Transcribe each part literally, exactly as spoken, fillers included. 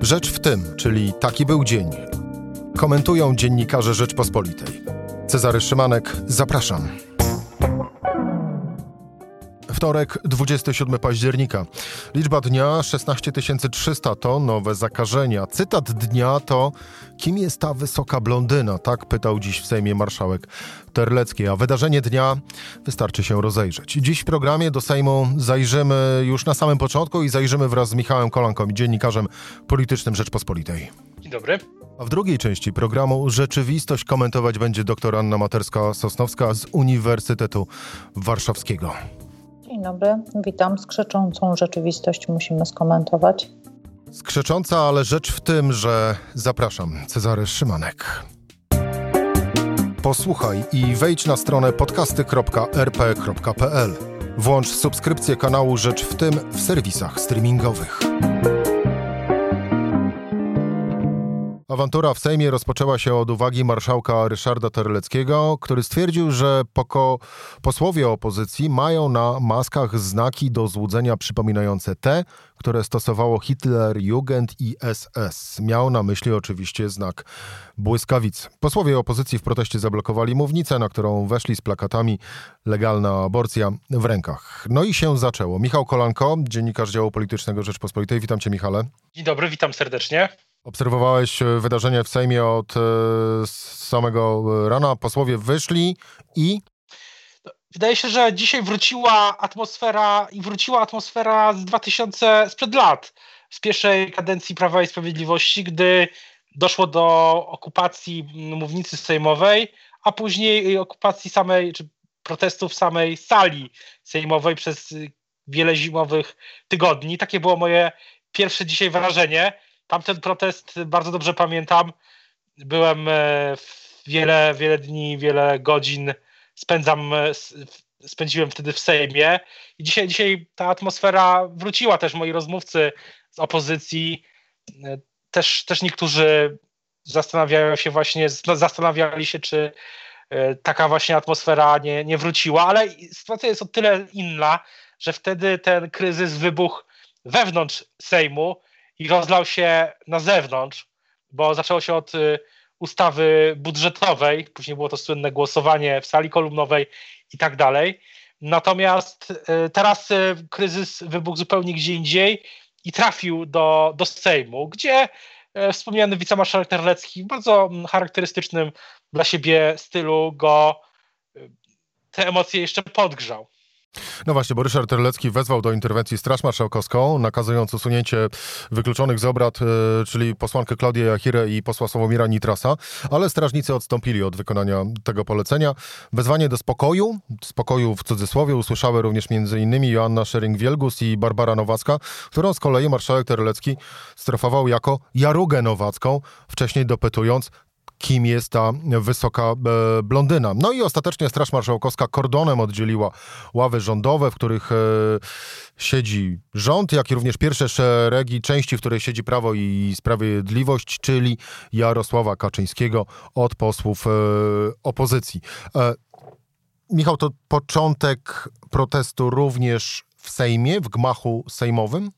Rzecz w tym, czyli taki był dzień. Komentują dziennikarze Rzeczpospolitej. Cezary Szymanek, zapraszam. Wtorek, dwudziestego siódmego października. Liczba dnia szesnaście tysięcy trzysta to nowe zakażenia. Cytat dnia to: kim jest ta wysoka blondyna? Tak pytał dziś w Sejmie marszałek Terlecki. A wydarzenie dnia wystarczy się rozejrzeć. Dziś w programie do Sejmu zajrzymy już na samym początku i zajrzymy wraz z Michałem Kolanką, dziennikarzem politycznym Rzeczpospolitej. Dzień dobry. A w drugiej części programu rzeczywistość komentować będzie dr Anna Materska-Sosnowska z Uniwersytetu Warszawskiego. Dzień dobry, witam. Skrzeczącą rzeczywistość musimy skomentować. Skrzecząca, ale rzecz w tym, że zapraszam, Cezary Szymanek. Posłuchaj i wejdź na stronę podcasty kropka er pe kropka pe el. Włącz subskrypcję kanału Rzecz w tym w serwisach streamingowych. Awantura w Sejmie rozpoczęła się od uwagi marszałka Ryszarda Terleckiego, który stwierdził, że poko- posłowie opozycji mają na maskach znaki do złudzenia przypominające te, które stosowało Hitlerjugend i es es. Miał na myśli oczywiście znak błyskawic. Posłowie opozycji w proteście zablokowali mównicę, na którą weszli z plakatami "Legalna aborcja" w rękach. No i się zaczęło. Michał Kolanko, dziennikarz działu politycznego Rzeczpospolitej. Witam cię, Michale. Dzień dobry, witam serdecznie. Obserwowałeś wydarzenie w Sejmie od e, samego rana. Posłowie wyszli i... Wydaje się, że dzisiaj wróciła atmosfera i wróciła atmosfera z dwa tysiące, sprzed lat, z pierwszej kadencji Prawa i Sprawiedliwości, gdy doszło do okupacji mównicy sejmowej, a później okupacji samej, czy protestów samej sali sejmowej przez wiele zimowych tygodni. Takie było moje pierwsze dzisiaj wrażenie. Tamten protest bardzo dobrze pamiętam. Byłem wiele, wiele dni, wiele godzin spędzam, spędziłem wtedy w Sejmie. I dzisiaj, dzisiaj ta atmosfera wróciła też. Moi rozmówcy z opozycji, też, też niektórzy zastanawiają się właśnie, zastanawiali się, czy taka właśnie atmosfera nie, nie wróciła, ale sytuacja jest o tyle inna, że wtedy ten kryzys wybuchł wewnątrz Sejmu i rozlał się na zewnątrz, bo zaczęło się od y, ustawy budżetowej, później było to słynne głosowanie w sali kolumnowej i tak dalej. Natomiast y, teraz y, kryzys wybuchł zupełnie gdzie indziej i trafił do, do Sejmu, gdzie y, wspomniany wicemarszałek Terlecki w bardzo charakterystycznym dla siebie stylu go y, te emocje jeszcze podgrzał. No właśnie, bo Ryszard Terlecki wezwał do interwencji Straż Marszałkowską, nakazując usunięcie wykluczonych z obrad, yy, czyli posłankę Klaudię Jachirę i posła Sławomira Nitrasa, ale strażnicy odstąpili od wykonania tego polecenia. Wezwanie do spokoju, spokoju w cudzysłowie, usłyszały również między innymi Joanna Schering-Wielgus i Barbara Nowacka, którą z kolei marszałek Terlecki strofował jako Jarugę Nowacką, wcześniej dopytując, kim jest ta wysoka e, blondyna. No i ostatecznie Straż Marszałkowska kordonem oddzieliła ławy rządowe, w których e, siedzi rząd, jak i również pierwsze szeregi części, w której siedzi Prawo i Sprawiedliwość, czyli Jarosława Kaczyńskiego od posłów e, opozycji. E, Michał, to początek protestu również w Sejmie, w gmachu sejmowym?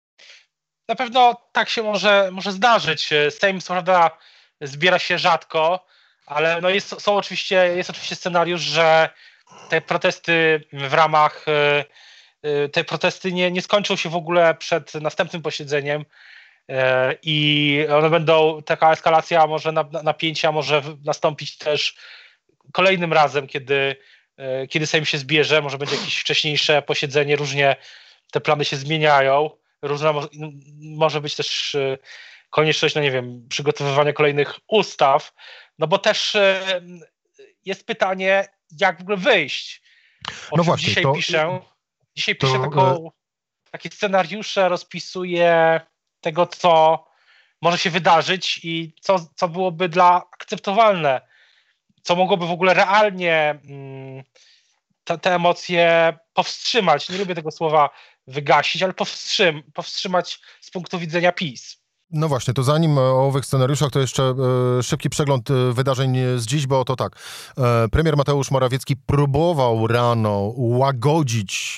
Na pewno tak się może, może zdarzyć. Sejm, co prawda, zbiera się rzadko, ale no jest, są oczywiście, jest oczywiście scenariusz, że te protesty w ramach, te protesty nie, nie skończą się w ogóle przed następnym posiedzeniem i one będą, taka eskalacja może napięcia może nastąpić też kolejnym razem, kiedy, kiedy Sejm się zbierze, może będzie jakieś wcześniejsze posiedzenie, różnie te plany się zmieniają, różna, może być też konieczność, no nie wiem, przygotowywania kolejnych ustaw, no bo też y, jest pytanie, jak w ogóle wyjść. O no właśnie, dzisiaj to, piszę, dzisiaj to, piszę taką, takie scenariusze, rozpisuję tego, co może się wydarzyć i co, co byłoby dla akceptowalne, co mogłoby w ogóle realnie mm, te, te emocje powstrzymać. Nie lubię tego słowa wygasić, ale powstrzym, powstrzymać z punktu widzenia PiS. No właśnie, to zanim o owych scenariuszach, to jeszcze e, szybki przegląd wydarzeń z dziś, bo to tak. E, premier Mateusz Morawiecki próbował rano łagodzić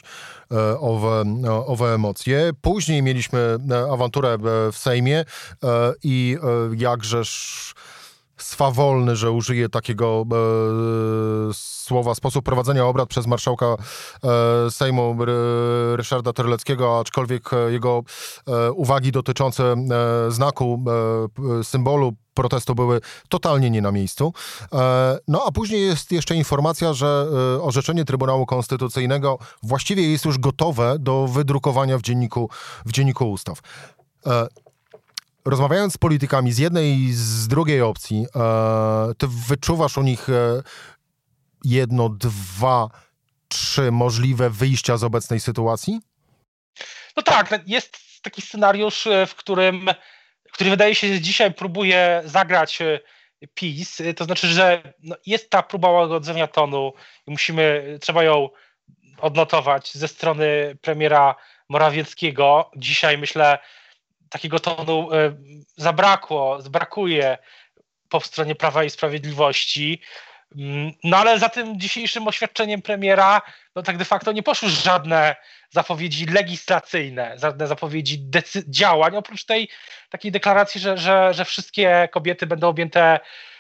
owe, owe emocje. Później mieliśmy awanturę w Sejmie i jakżeż swawolny, że użyję takiego e, słowa, sposób prowadzenia obrad przez marszałka e, Sejmu R- Ryszarda Terleckiego, aczkolwiek jego e, uwagi dotyczące e, znaku, e, symbolu protestu były totalnie nie na miejscu. E, no a później jest jeszcze informacja, że e, orzeczenie Trybunału Konstytucyjnego właściwie jest już gotowe do wydrukowania w dzienniku, w dzienniku ustaw. E, Rozmawiając z politykami z jednej i z drugiej opcji, e, ty wyczuwasz u nich e, jedno, dwa, trzy możliwe wyjścia z obecnej sytuacji? No tak, jest taki scenariusz, w którym, który wydaje się, że dzisiaj próbuje zagrać PiS. To znaczy, że no jest ta próba łagodzenia tonu i musimy, trzeba ją odnotować ze strony premiera Morawieckiego. Dzisiaj myślę, takiego tonu y, zabrakło, brakuje po stronie Prawa i Sprawiedliwości. Mm, no ale za tym dzisiejszym oświadczeniem premiera no tak de facto nie poszły żadne zapowiedzi legislacyjne, żadne zapowiedzi decy- działań, oprócz tej takiej deklaracji, że, że, że wszystkie kobiety będą objęte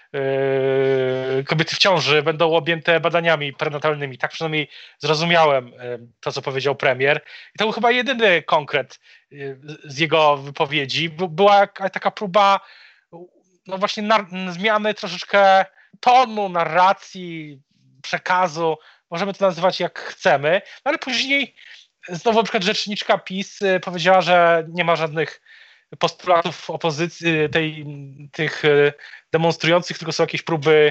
Yy, kobiety w ciąży będą objęte badaniami prenatalnymi. Tak przynajmniej zrozumiałem yy, to, co powiedział premier. I to był chyba jedyny konkret yy, z jego wypowiedzi. By, była taka próba no właśnie nar- zmiany troszeczkę tonu, narracji, przekazu. Możemy to nazywać jak chcemy, no ale później znowu na przykład rzeczniczka PiS yy, powiedziała, że nie ma żadnych postulatów opozycji, tej, tych demonstrujących, tylko są jakieś próby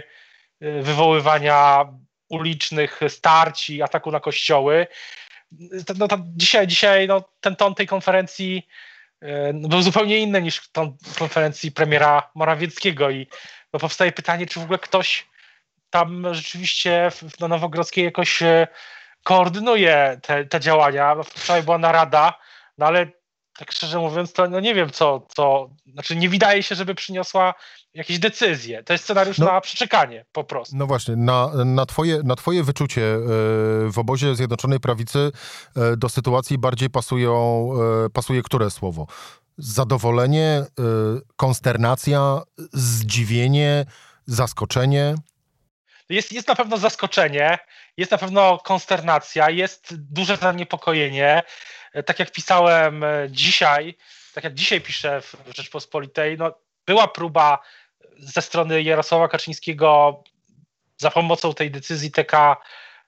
wywoływania ulicznych starć i ataku na kościoły. No, to dzisiaj dzisiaj no, ten ton tej konferencji no, był zupełnie inny niż ton konferencji premiera Morawieckiego i no, powstaje pytanie, czy w ogóle ktoś tam rzeczywiście w, na Nowogrodzkiej jakoś koordynuje te, te działania. No, wczoraj była narada, no ale tak szczerze mówiąc, to no nie wiem, co, co... Znaczy nie wydaje się, żeby przyniosła jakieś decyzje. To jest scenariusz no, na przeczekanie po prostu. No właśnie, na, na, twoje, na twoje wyczucie yy, w obozie Zjednoczonej Prawicy yy, do sytuacji bardziej pasują, yy, pasuje które słowo? Zadowolenie, yy, konsternacja, zdziwienie, zaskoczenie? Jest, jest na pewno zaskoczenie, jest na pewno konsternacja, jest duże zaniepokojenie. Tak jak pisałem dzisiaj, tak jak dzisiaj piszę w Rzeczpospolitej, no, była próba ze strony Jarosława Kaczyńskiego za pomocą tej decyzji T K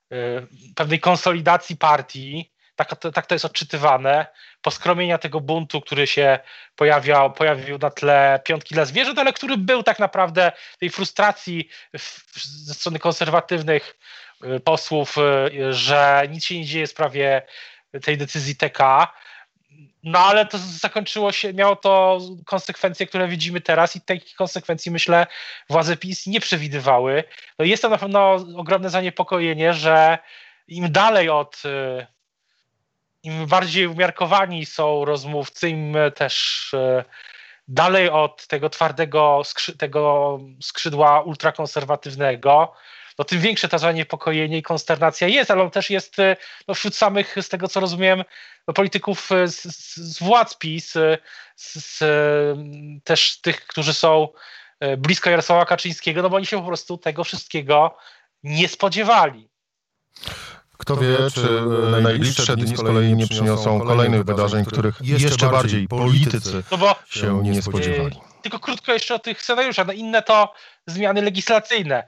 pewnej konsolidacji partii, tak, tak to jest odczytywane, poskromienia tego buntu, który się pojawiał, pojawił na tle piątki dla zwierząt, ale który był tak naprawdę tej frustracji ze strony konserwatywnych posłów, że nic się nie dzieje w sprawie tej decyzji T K. No ale to zakończyło się, miało to konsekwencje, które widzimy teraz i takich konsekwencji, myślę, władze PiS nie przewidywały. No jest to na pewno ogromne zaniepokojenie, że im dalej od, im bardziej umiarkowani są rozmówcy, im też dalej od tego twardego skrzy- tego skrzydła ultrakonserwatywnego, no tym większe to zaniepokojenie i konsternacja jest, ale on też jest no, wśród samych, z tego co rozumiem, no, polityków z, z, z władz PiS, z, z, też tych, którzy są blisko Jarosława Kaczyńskiego, no bo oni się po prostu tego wszystkiego nie spodziewali. Kto wie, czy najbliższe dni z kolei nie przyniosą kolejnych wydarzeń, których jeszcze bardziej politycy no bo, się nie spodziewali. Tylko krótko jeszcze o tych scenariuszach. No inne to zmiany legislacyjne,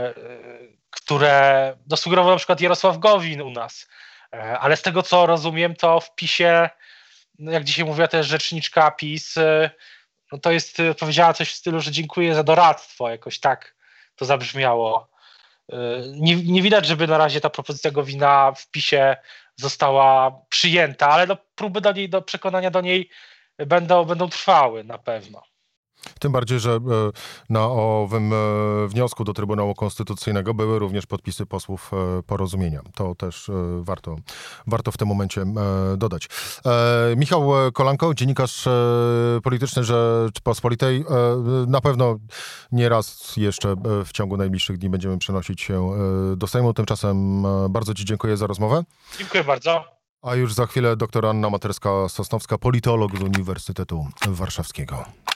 które dosugerował na przykład Jarosław Gowin u nas. Ale z tego, co rozumiem, to w PiSie, no jak dzisiaj mówiła też rzeczniczka PiS, no to jest, powiedziała coś w stylu, że dziękuję za doradztwo. Jakoś tak to zabrzmiało. Nie, nie widać, żeby na razie ta propozycja Gowina w PiSie została przyjęta, ale no, próby do niej, do przekonania do niej będą, będą trwały na pewno. Tym bardziej, że na owym wniosku do Trybunału Konstytucyjnego były również podpisy posłów Porozumienia. To też warto, warto w tym momencie dodać. Michał Kolanko, dziennikarz polityczny Rzeczpospolitej. Na pewno nie raz jeszcze w ciągu najbliższych dni będziemy przenosić się do Sejmu. Tymczasem bardzo Ci dziękuję za rozmowę. Dziękuję bardzo. A już za chwilę dr Anna Materska-Sosnowska, politolog z Uniwersytetu Warszawskiego.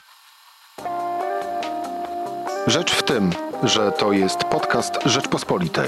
Rzecz w tym, że to jest podcast Rzeczpospolitej.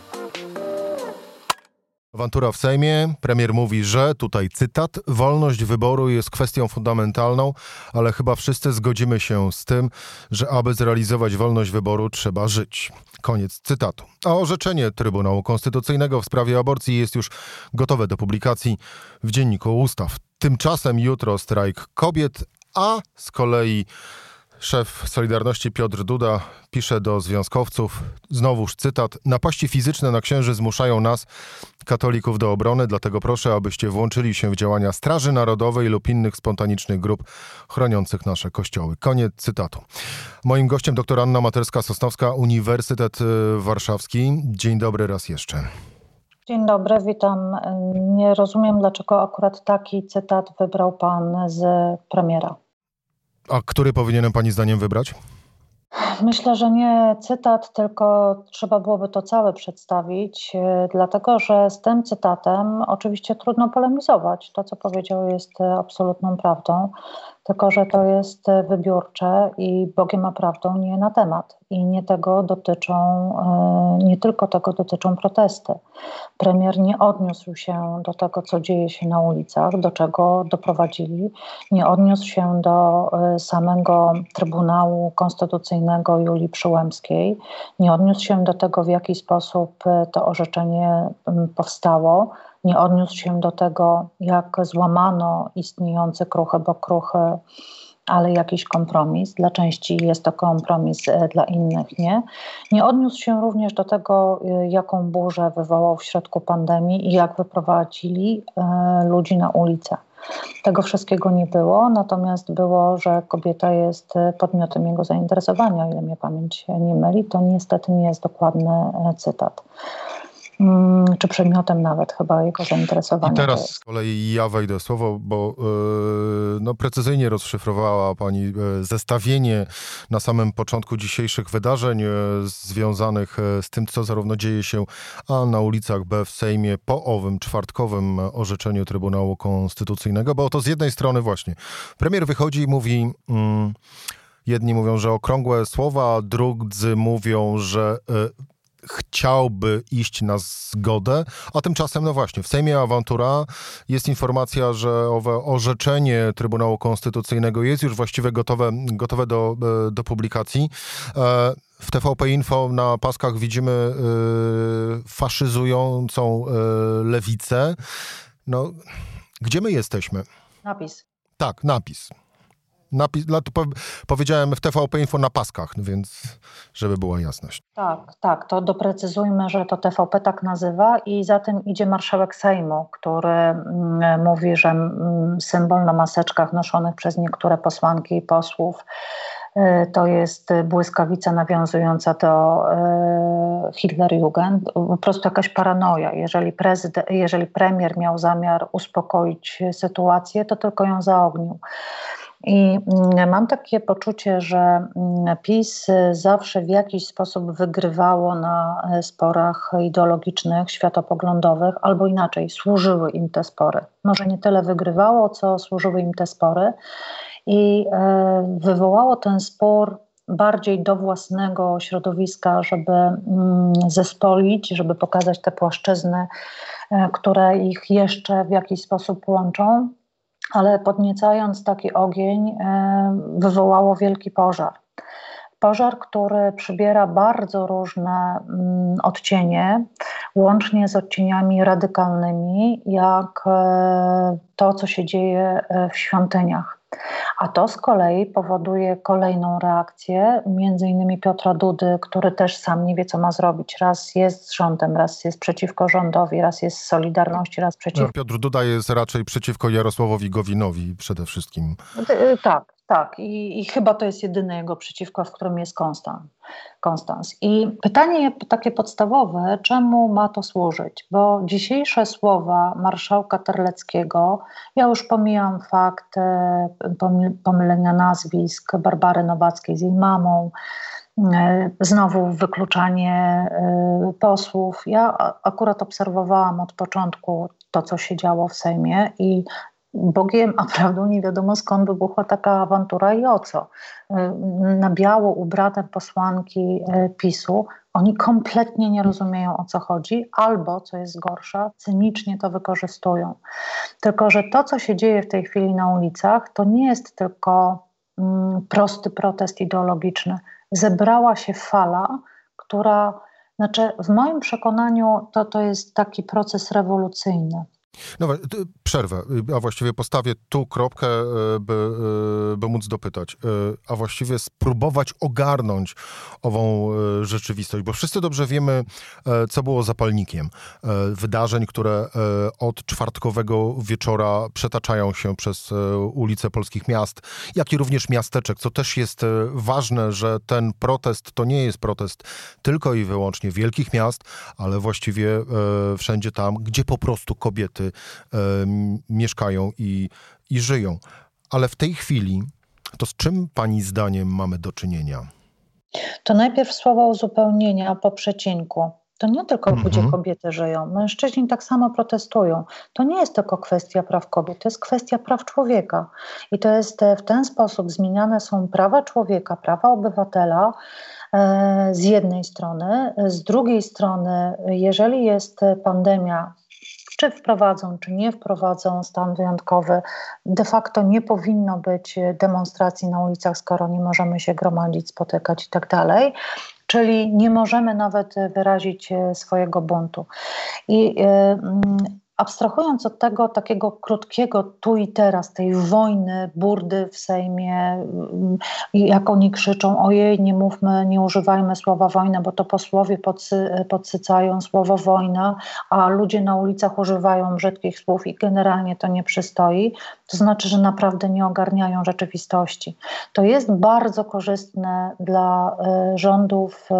Awantura w Sejmie. Premier mówi, że, tutaj cytat, wolność wyboru jest kwestią fundamentalną, ale chyba wszyscy zgodzimy się z tym, że aby zrealizować wolność wyboru trzeba żyć. Koniec cytatu. A orzeczenie Trybunału Konstytucyjnego w sprawie aborcji jest już gotowe do publikacji w Dzienniku Ustaw. Tymczasem jutro strajk kobiet, a z kolei szef Solidarności Piotr Duda pisze do związkowców, znowuż cytat, napaści fizyczne na księży zmuszają nas, katolików, do obrony, dlatego proszę, abyście włączyli się w działania Straży Narodowej lub innych spontanicznych grup chroniących nasze kościoły. Koniec cytatu. Moim gościem dr Anna Materska-Sosnowska, Uniwersytet Warszawski. Dzień dobry raz jeszcze. Dzień dobry, witam. Nie rozumiem, dlaczego akurat taki cytat wybrał pan z premiera. A który powinienem pani zdaniem wybrać? Myślę, że nie cytat, tylko trzeba byłoby to całe przedstawić, dlatego że z tym cytatem oczywiście trudno polemizować. To, co powiedział, jest absolutną prawdą, tylko że to jest wybiórcze i Bogiem a prawdą nie na temat. I nie tego dotyczą, nie tylko tego dotyczą protesty. Premier nie odniósł się do tego, co dzieje się na ulicach, do czego doprowadzili. Nie odniósł się do samego Trybunału Konstytucyjnego Julii Przyłębskiej. Nie odniósł się do tego, w jaki sposób to orzeczenie powstało. Nie odniósł się do tego, jak złamano istniejące kruchy, bo kruchy, ale jakiś kompromis. Dla części jest to kompromis, dla innych nie. Nie odniósł się również do tego, jaką burzę wywołał w środku pandemii i jak wyprowadzili ludzi na ulicę. Tego wszystkiego nie było, natomiast było, że kobieta jest podmiotem jego zainteresowania, o ile mnie pamięć nie myli, to niestety nie jest dokładny cytat. Czy przedmiotem nawet chyba jego zainteresowania. I teraz z kolei ja wejdę słowo, bo yy, no, precyzyjnie rozszyfrowała pani yy, zestawienie na samym początku dzisiejszych wydarzeń yy, związanych yy, z tym, co zarówno dzieje się a na ulicach, b w Sejmie po owym czwartkowym orzeczeniu Trybunału Konstytucyjnego, bo to z jednej strony właśnie premier wychodzi i mówi, yy, jedni mówią, że okrągłe słowa, drudzy mówią, że yy, chciałby iść na zgodę, a tymczasem, no właśnie, w Sejmie awantura, jest informacja, że owe orzeczenie Trybunału Konstytucyjnego jest już właściwie gotowe, gotowe do, do publikacji. W T V P Info na paskach widzimy faszyzującą lewicę. No, gdzie my jesteśmy? Napis. Tak, napis. Napis, powiedziałem w T V P Info na paskach, więc żeby była jasność. Tak, tak, to doprecyzujmy, że to T V P tak nazywa i za tym idzie marszałek Sejmu, który mm, mówi, że mm, symbol na maseczkach noszonych przez niektóre posłanki i posłów y, to jest błyskawica nawiązująca do y, Hitlerjugend. Po prostu jakaś paranoja. Jeżeli, prezydent, jeżeli premier miał zamiar uspokoić sytuację, to tylko ją zaognił. I mam takie poczucie, że PiS zawsze w jakiś sposób wygrywało na sporach ideologicznych, światopoglądowych, albo inaczej, służyły im te spory. Może nie tyle wygrywało, co służyły im te spory. I wywołało ten spór bardziej do własnego środowiska, żeby zespolić, żeby pokazać te płaszczyzny, które ich jeszcze w jakiś sposób łączą. Ale podniecając taki ogień, wywołało wielki pożar. Pożar, który przybiera bardzo różne odcienie, łącznie z odcieniami radykalnymi, jak to, co się dzieje w świątyniach. A to z kolei powoduje kolejną reakcję, między innymi Piotra Dudy, który też sam nie wie, co ma zrobić. Raz jest z rządem, raz jest przeciwko rządowi, raz jest z Solidarności, raz przeciwko... No, Piotr Duda jest raczej przeciwko Jarosławowi Gowinowi przede wszystkim. Tak, tak. I, i chyba to jest jedyne jego przeciwko, w którym jest Konstans. Konstans. I pytanie takie podstawowe, czemu ma to służyć? Bo dzisiejsze słowa marszałka Terleckiego, ja już pomijam fakt pomylenia nazwisk Barbary Nowackiej z jej mamą, Znowu wykluczanie posłów. Ja akurat obserwowałam od początku to, co się działo w Sejmie i Bogiem, a prawdą nie wiadomo skąd wybuchła taka awantura i o co. Na biało ubrane posłanki PiSu, oni kompletnie nie rozumieją, o co chodzi, albo, co jest gorsza, cynicznie to wykorzystują. Tylko że to, co się dzieje w tej chwili na ulicach, to nie jest tylko mm, prosty protest ideologiczny. Zebrała się fala, która, znaczy w moim przekonaniu to, to jest taki proces rewolucyjny. No, przerwę, a właściwie postawię tu kropkę, by, by móc dopytać, a właściwie spróbować ogarnąć ową rzeczywistość, bo wszyscy dobrze wiemy, co było zapalnikiem wydarzeń, które od czwartkowego wieczora przetaczają się przez ulice polskich miast, jak i również miasteczek, co też jest ważne, że ten protest to nie jest protest tylko i wyłącznie wielkich miast, ale właściwie wszędzie tam, gdzie po prostu kobiety mieszkają i, i żyją. Ale w tej chwili to z czym pani zdaniem mamy do czynienia? To najpierw słowo uzupełnienia po przecinku. To nie tylko Mhm. gdzie kobiety żyją. Mężczyźni tak samo protestują. To nie jest tylko kwestia praw kobiet, to jest kwestia praw człowieka. I to jest w ten sposób zmieniane są prawa człowieka, prawa obywatela z jednej strony. Z drugiej strony, jeżeli jest pandemia, czy wprowadzą, czy nie wprowadzą stan wyjątkowy, de facto nie powinno być demonstracji na ulicach, skoro nie możemy się gromadzić, spotykać i tak dalej. Czyli nie możemy nawet wyrazić swojego buntu. I yy, abstrahując od tego takiego krótkiego tu i teraz, tej wojny, burdy w Sejmie, jak oni krzyczą, ojej, nie mówmy, nie używajmy słowa wojna, bo to posłowie podsy, podsycają słowo wojna, a ludzie na ulicach używają brzydkich słów i generalnie to nie przystoi, to znaczy, że naprawdę nie ogarniają rzeczywistości. To jest bardzo korzystne dla y, rządów y,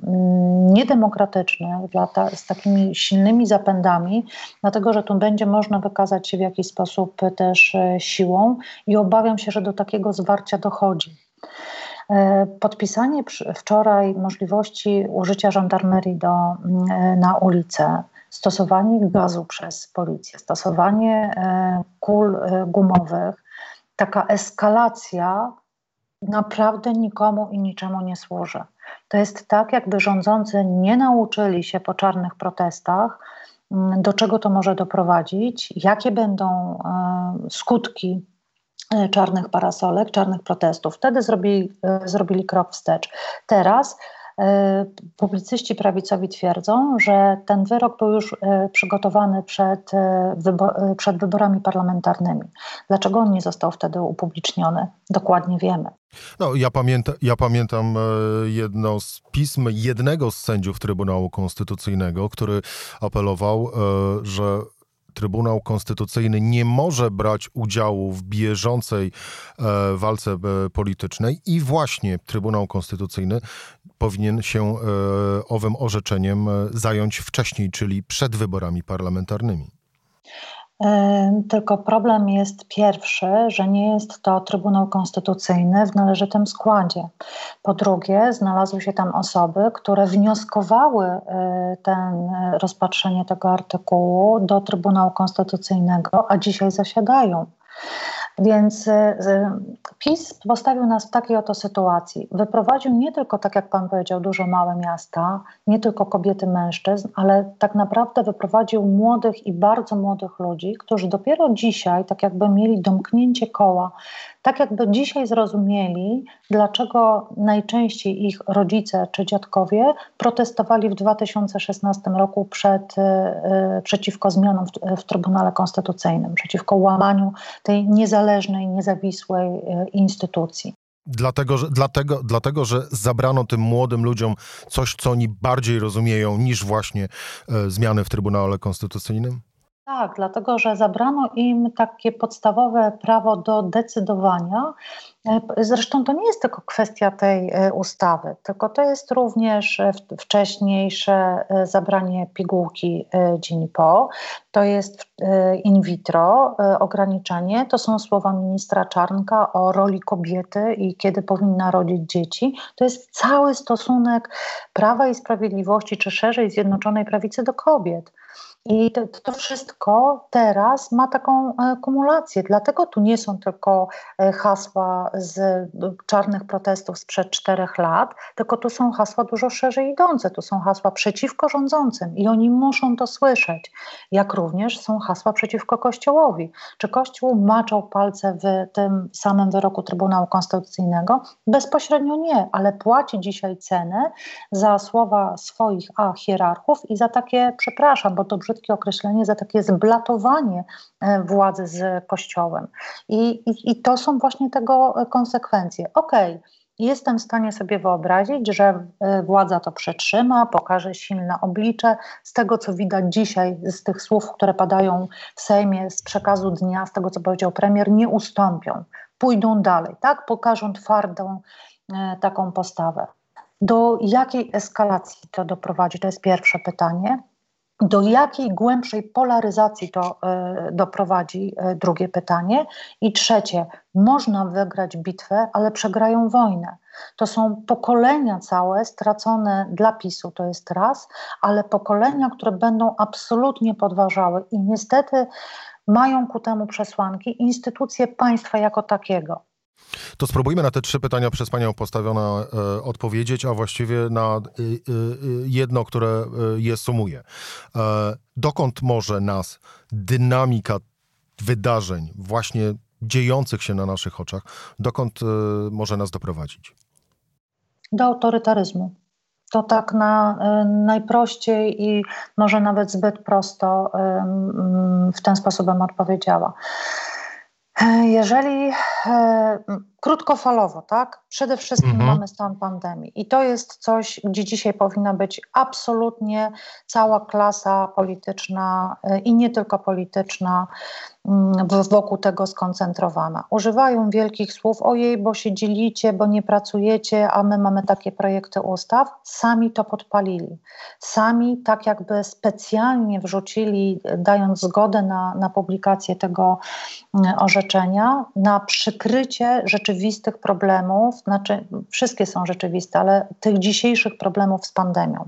niedemokratycznych, dla ta, z takimi silnymi zapędami, dlatego że tu będzie można wykazać się w jakiś sposób też siłą i obawiam się, że do takiego zwarcia dochodzi. Podpisanie wczoraj możliwości użycia żandarmerii do, na ulicę, stosowanie gazu przez policję, stosowanie kul gumowych, taka eskalacja naprawdę nikomu i niczemu nie służy. To jest tak, jakby rządzący nie nauczyli się po czarnych protestach, do czego to może doprowadzić, jakie będą skutki czarnych parasolek, czarnych protestów. Wtedy zrobili, zrobili krok wstecz. Teraz publicyści prawicowi twierdzą, że ten wyrok był już przygotowany przed, wybo- przed wyborami parlamentarnymi. Dlaczego on nie został wtedy upubliczniony? Dokładnie wiemy. No, ja, pamięta, ja pamiętam jedno z pism jednego z sędziów Trybunału Konstytucyjnego, który apelował, że Trybunał Konstytucyjny nie może brać udziału w bieżącej e, walce e, politycznej i właśnie Trybunał Konstytucyjny powinien się e, owym orzeczeniem zająć wcześniej, czyli przed wyborami parlamentarnymi. Tylko problem jest pierwszy, że nie jest to Trybunał Konstytucyjny w należytym składzie. Po drugie, znalazły się tam osoby, które wnioskowały ten, rozpatrzenie tego artykułu do Trybunału Konstytucyjnego, a dzisiaj zasiadają. Więc PiS postawił nas w takiej oto sytuacji. Wyprowadził nie tylko, tak jak pan powiedział, duże, małe miasta, nie tylko kobiety, mężczyzn, ale tak naprawdę wyprowadził młodych i bardzo młodych ludzi, którzy dopiero dzisiaj tak jakby mieli domknięcie koła, tak jakby dzisiaj zrozumieli, dlaczego najczęściej ich rodzice czy dziadkowie protestowali w dwa tysiące szesnastym roku przed, y, przeciwko zmianom w, w Trybunale Konstytucyjnym, przeciwko łamaniu tej niezależnej, niezawisłej y, instytucji. Dlatego że, dlatego, dlatego, że zabrano tym młodym ludziom coś, co oni bardziej rozumieją niż właśnie e, zmiany w Trybunale Konstytucyjnym? Tak, dlatego że zabrano im takie podstawowe prawo do decydowania. Zresztą to nie jest tylko kwestia tej ustawy, tylko to jest również wcześniejsze zabranie pigułki dzień po, to jest in vitro ograniczenie, to są słowa ministra Czarnka o roli kobiety i kiedy powinna rodzić dzieci. To jest cały stosunek Prawa i Sprawiedliwości, czy szerzej Zjednoczonej Prawicy do kobiet. I to, to wszystko teraz ma taką e, kumulację. Dlatego tu nie są tylko e, hasła z e, czarnych protestów sprzed czterech lat, tylko tu są hasła dużo szerzej idące. Tu są hasła przeciwko rządzącym i oni muszą to słyszeć. Jak również są hasła przeciwko Kościołowi. Czy Kościół maczał palce w tym samym wyroku Trybunału Konstytucyjnego? Bezpośrednio nie, ale płaci dzisiaj cenę za słowa swoich a hierarchów i za takie, przepraszam, bo to brzydkie określenie, za takie zblatowanie władzy z Kościołem. I, i, i to są właśnie tego konsekwencje. Okej, okay, jestem w stanie sobie wyobrazić, że władza to przetrzyma, pokaże silne oblicze. Z tego, co widać dzisiaj, z tych słów, które padają w Sejmie, z przekazu dnia, z tego, co powiedział premier, nie ustąpią. Pójdą dalej, tak? Pokażą twardą e, taką postawę. Do jakiej eskalacji to doprowadzi? To jest pierwsze pytanie. Do jakiej głębszej polaryzacji to y, doprowadzi? Y, drugie pytanie. I trzecie, można wygrać bitwę, ale przegrają wojnę. To są pokolenia całe stracone dla PiSu, to jest raz, ale pokolenia, które będą absolutnie podważały i niestety mają ku temu przesłanki instytucje państwa jako takiego. To spróbujmy na te trzy pytania przez Panią postawione e, odpowiedzieć, a właściwie na e, e, jedno, które e, je sumuje. E, dokąd może nas dynamika wydarzeń właśnie dziejących się na naszych oczach, dokąd e, może nas doprowadzić? Do autorytaryzmu. To tak na y, najprościej i może nawet zbyt prosto y, y, w ten sposób bym odpowiedziała. Jeżeli e, krótkofalowo, tak? Przede wszystkim mhm. mamy stan pandemii i to jest coś, gdzie dzisiaj powinna być absolutnie cała klasa polityczna e, i nie tylko polityczna m, wokół tego skoncentrowana. Używają wielkich słów, ojej, bo się dzielicie, bo nie pracujecie, a my mamy takie projekty ustaw. Sami to podpalili. Sami tak jakby specjalnie wrzucili, dając zgodę na, na publikację tego orzeczenia, na przykrycie rzeczywistych problemów, znaczy wszystkie są rzeczywiste, ale tych dzisiejszych problemów z pandemią.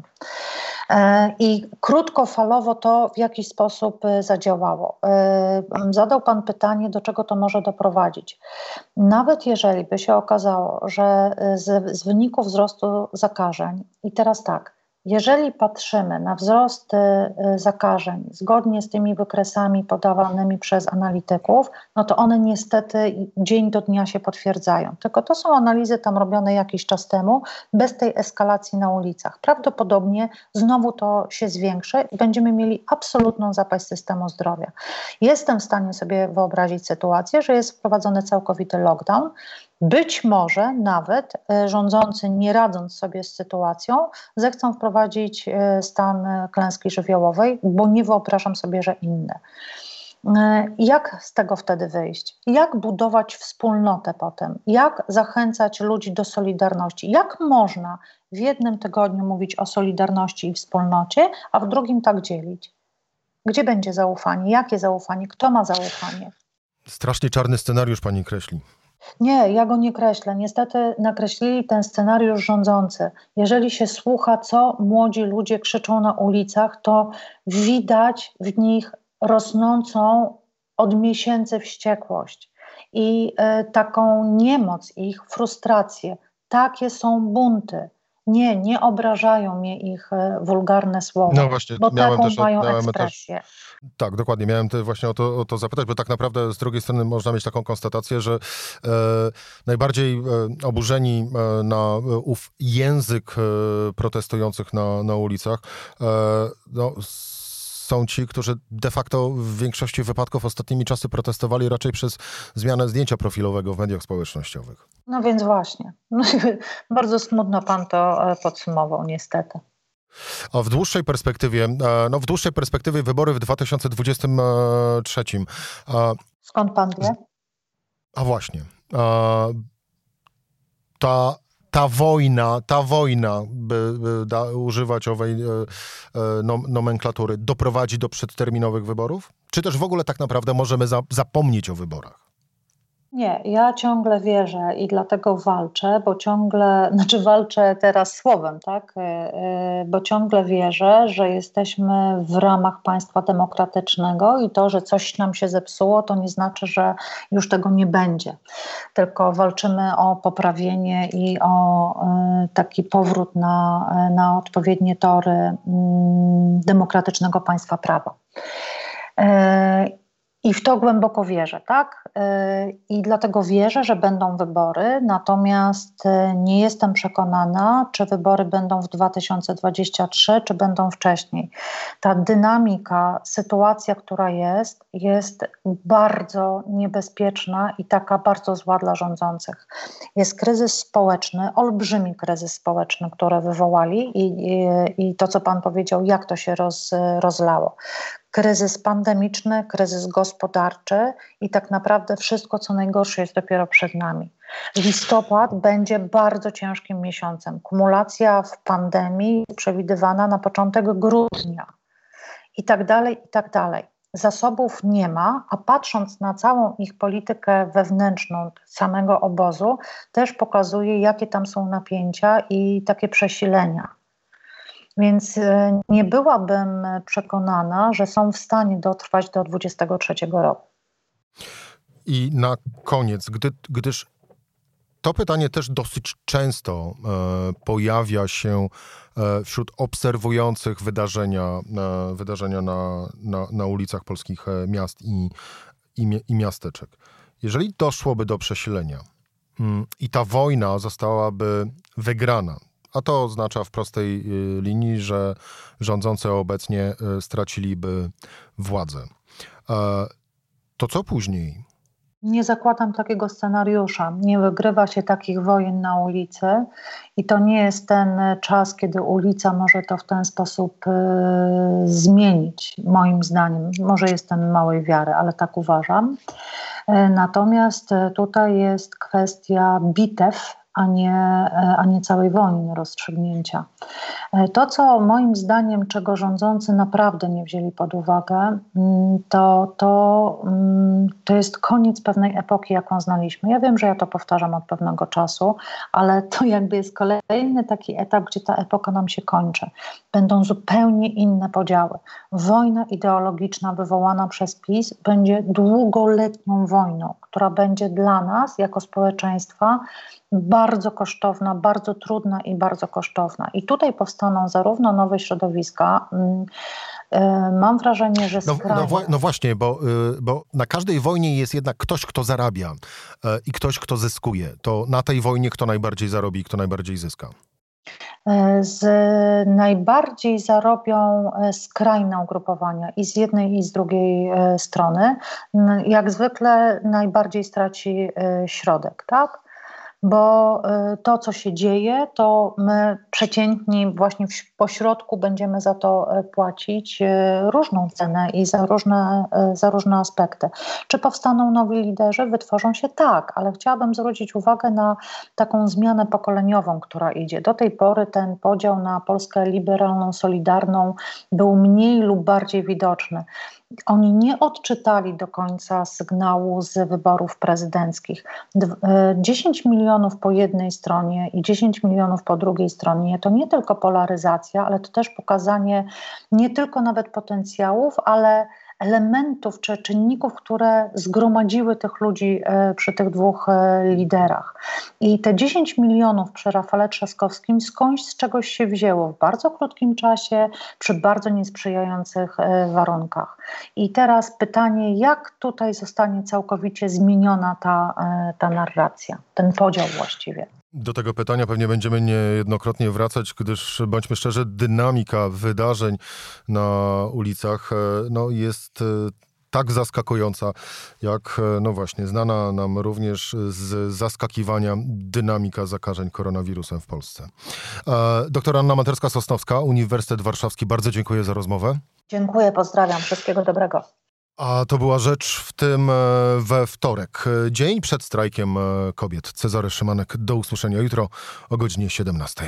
I krótkofalowo to w jakiś sposób zadziałało. Zadał Pan pytanie, do czego to może doprowadzić. Nawet jeżeli by się okazało, że z, z wyniku wzrostu zakażeń, i teraz tak, jeżeli patrzymy na wzrost zakażeń zgodnie z tymi wykresami podawanymi przez analityków, no to one niestety dzień do dnia się potwierdzają. Tylko to są analizy tam robione jakiś czas temu, bez tej eskalacji na ulicach. Prawdopodobnie znowu to się zwiększy i będziemy mieli absolutną zapaść systemu zdrowia. Jestem w stanie sobie wyobrazić sytuację, że jest wprowadzony całkowity lockdown. Być może nawet rządzący, nie radząc sobie z sytuacją, zechcą wprowadzić stan klęski żywiołowej, bo nie wyobrażam sobie, że inne. Jak z tego wtedy wyjść? Jak budować wspólnotę potem? Jak zachęcać ludzi do solidarności? Jak można w jednym tygodniu mówić o solidarności i wspólnocie, a w drugim tak dzielić? Gdzie będzie zaufanie? Jakie zaufanie? Kto ma zaufanie? Strasznie czarny scenariusz Pani kreśli. Nie, ja go nie kreślę. Niestety nakreślili ten scenariusz rządzący. Jeżeli się słucha, co młodzi ludzie krzyczą na ulicach, to widać w nich rosnącą od miesięcy wściekłość i y, taką niemoc ich, frustrację. Takie są bunty. Nie, nie obrażają mnie ich y, wulgarne słowa, no właśnie, bo taką też, mają miałem ekspresję. Też, tak, dokładnie. Miałem te, właśnie o to, o to zapytać, bo tak naprawdę z drugiej strony można mieć taką konstatację, że e, najbardziej e, oburzeni e, na ów język e, protestujących na, na ulicach e, no, są ci, którzy de facto w większości wypadków ostatnimi czasy protestowali raczej przez zmianę zdjęcia profilowego w mediach społecznościowych. No więc właśnie. No, bardzo smutno Pan to podsumował, niestety. A w dłuższej perspektywie, no w dłuższej perspektywie wybory w dwa tysiące dwudziestym trzecim. Skąd pan wie? A właśnie. Ta, ta wojna, ta wojna, by, by da, używać owej no, nomenklatury, doprowadzi do przedterminowych wyborów? Czy też w ogóle tak naprawdę możemy za, zapomnieć o wyborach? Nie, ja ciągle wierzę i dlatego walczę, bo ciągle, znaczy walczę teraz słowem, tak, bo ciągle wierzę, że jesteśmy w ramach państwa demokratycznego i to, że coś nam się zepsuło, to nie znaczy, że już tego nie będzie, tylko walczymy o poprawienie i o taki powrót na, na odpowiednie tory demokratycznego państwa prawa. I w to głęboko wierzę, tak? I dlatego wierzę, że będą wybory, natomiast nie jestem przekonana, czy wybory będą w dwa tysiące dwudziestym trzecim, czy będą wcześniej. Ta dynamika, sytuacja, która jest, jest bardzo niebezpieczna i taka bardzo zła dla rządzących. Jest kryzys społeczny, olbrzymi kryzys społeczny, który wywołali i, i, i to, co pan powiedział, jak to się roz, rozlało. Kryzys pandemiczny, kryzys gospodarczy i tak naprawdę wszystko, co najgorsze, jest dopiero przed nami. Listopad będzie bardzo ciężkim miesiącem. Kumulacja w pandemii jest przewidywana na początek grudnia i tak dalej, i tak dalej. Zasobów nie ma, a patrząc na całą ich politykę wewnętrzną samego obozu, też pokazuje, jakie tam są napięcia i takie przesilenia. Więc nie byłabym przekonana, że są w stanie dotrwać do dwudziestego trzeciego roku. I na koniec, gdy, gdyż to pytanie też dosyć często e, pojawia się e, wśród obserwujących wydarzenia, e, wydarzenia na, na, na ulicach polskich miast i, i, i miasteczek. Jeżeli doszłoby do przesilenia mm, i ta wojna zostałaby wygrana, a to oznacza w prostej y, linii, że rządzący obecnie y, straciliby władzę. E, to co później? Nie zakładam takiego scenariusza. Nie wygrywa się takich wojen na ulicy i to nie jest ten czas, kiedy ulica może to w ten sposób y, zmienić, moim zdaniem. Może jestem małej wiary, ale tak uważam. Y, natomiast tutaj jest kwestia bitew, a nie, a nie całej wojny rozstrzygnięcia. To, co moim zdaniem, czego rządzący naprawdę nie wzięli pod uwagę, to, to, to jest koniec pewnej epoki, jaką znaliśmy. Ja wiem, że ja to powtarzam od pewnego czasu, ale to jakby jest kolejny taki etap, gdzie ta epoka nam się kończy. Będą zupełnie inne podziały. Wojna ideologiczna wywołana przez PiS będzie długoletnią wojną, która będzie dla nas jako społeczeństwa bardzo kosztowna, bardzo trudna i bardzo kosztowna. I tutaj powstaną zarówno nowe środowiska, yy, mam wrażenie, że no, skrajne... no, no właśnie, bo, yy, bo na każdej wojnie jest jednak ktoś, kto zarabia yy, i ktoś, kto zyskuje. To na tej wojnie kto najbardziej zarobi i kto najbardziej zyska? Z najbardziej zarobią skrajne ugrupowania i z jednej i z drugiej strony. Jak zwykle najbardziej straci środek, tak? Bo to, co się dzieje, to my przeciętni właśnie w pośrodku będziemy za to płacić różną cenę i za różne, za różne aspekty. Czy powstaną nowi liderzy? Wytworzą się, tak, ale chciałabym zwrócić uwagę na taką zmianę pokoleniową, która idzie. Do tej pory ten podział na Polskę liberalną, solidarną był mniej lub bardziej widoczny. Oni nie odczytali do końca sygnału z wyborów prezydenckich. dziesięć milionów po jednej stronie i dziesięć milionów po drugiej stronie to nie tylko polaryzacja, ale to też pokazanie nie tylko nawet potencjałów, ale elementów czy czynników, które zgromadziły tych ludzi przy tych dwóch liderach. I te dziesięć milionów przy Rafale Trzaskowskim skądś z czegoś się wzięło w bardzo krótkim czasie, przy bardzo niesprzyjających warunkach. I teraz pytanie, jak tutaj zostanie całkowicie zmieniona ta, ta narracja, ten podział właściwie. Do tego pytania pewnie będziemy niejednokrotnie wracać, gdyż bądźmy szczerzy, dynamika wydarzeń na ulicach no, jest tak zaskakująca, jak no właśnie znana nam również z zaskakiwania dynamika zakażeń koronawirusem w Polsce. Doktor Anna Materska-Sosnowska, Uniwersytet Warszawski, bardzo dziękuję za rozmowę. Dziękuję, pozdrawiam, wszystkiego dobrego. A to była Rzecz w tym we wtorek, dzień przed strajkiem kobiet. Cezary Szymanek, do usłyszenia jutro o godzinie siedemnastej.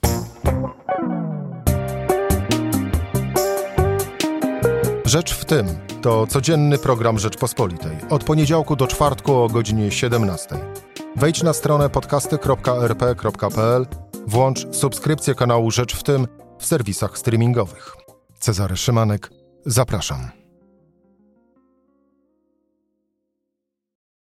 Rzecz w tym to codzienny program Rzeczpospolitej. Od poniedziałku do czwartku o godzinie siedemnastej. Wejdź na stronę podcasty kropka er pe kropka pe el, włącz subskrypcję kanału Rzecz w tym w serwisach streamingowych. Cezary Szymanek, zapraszam.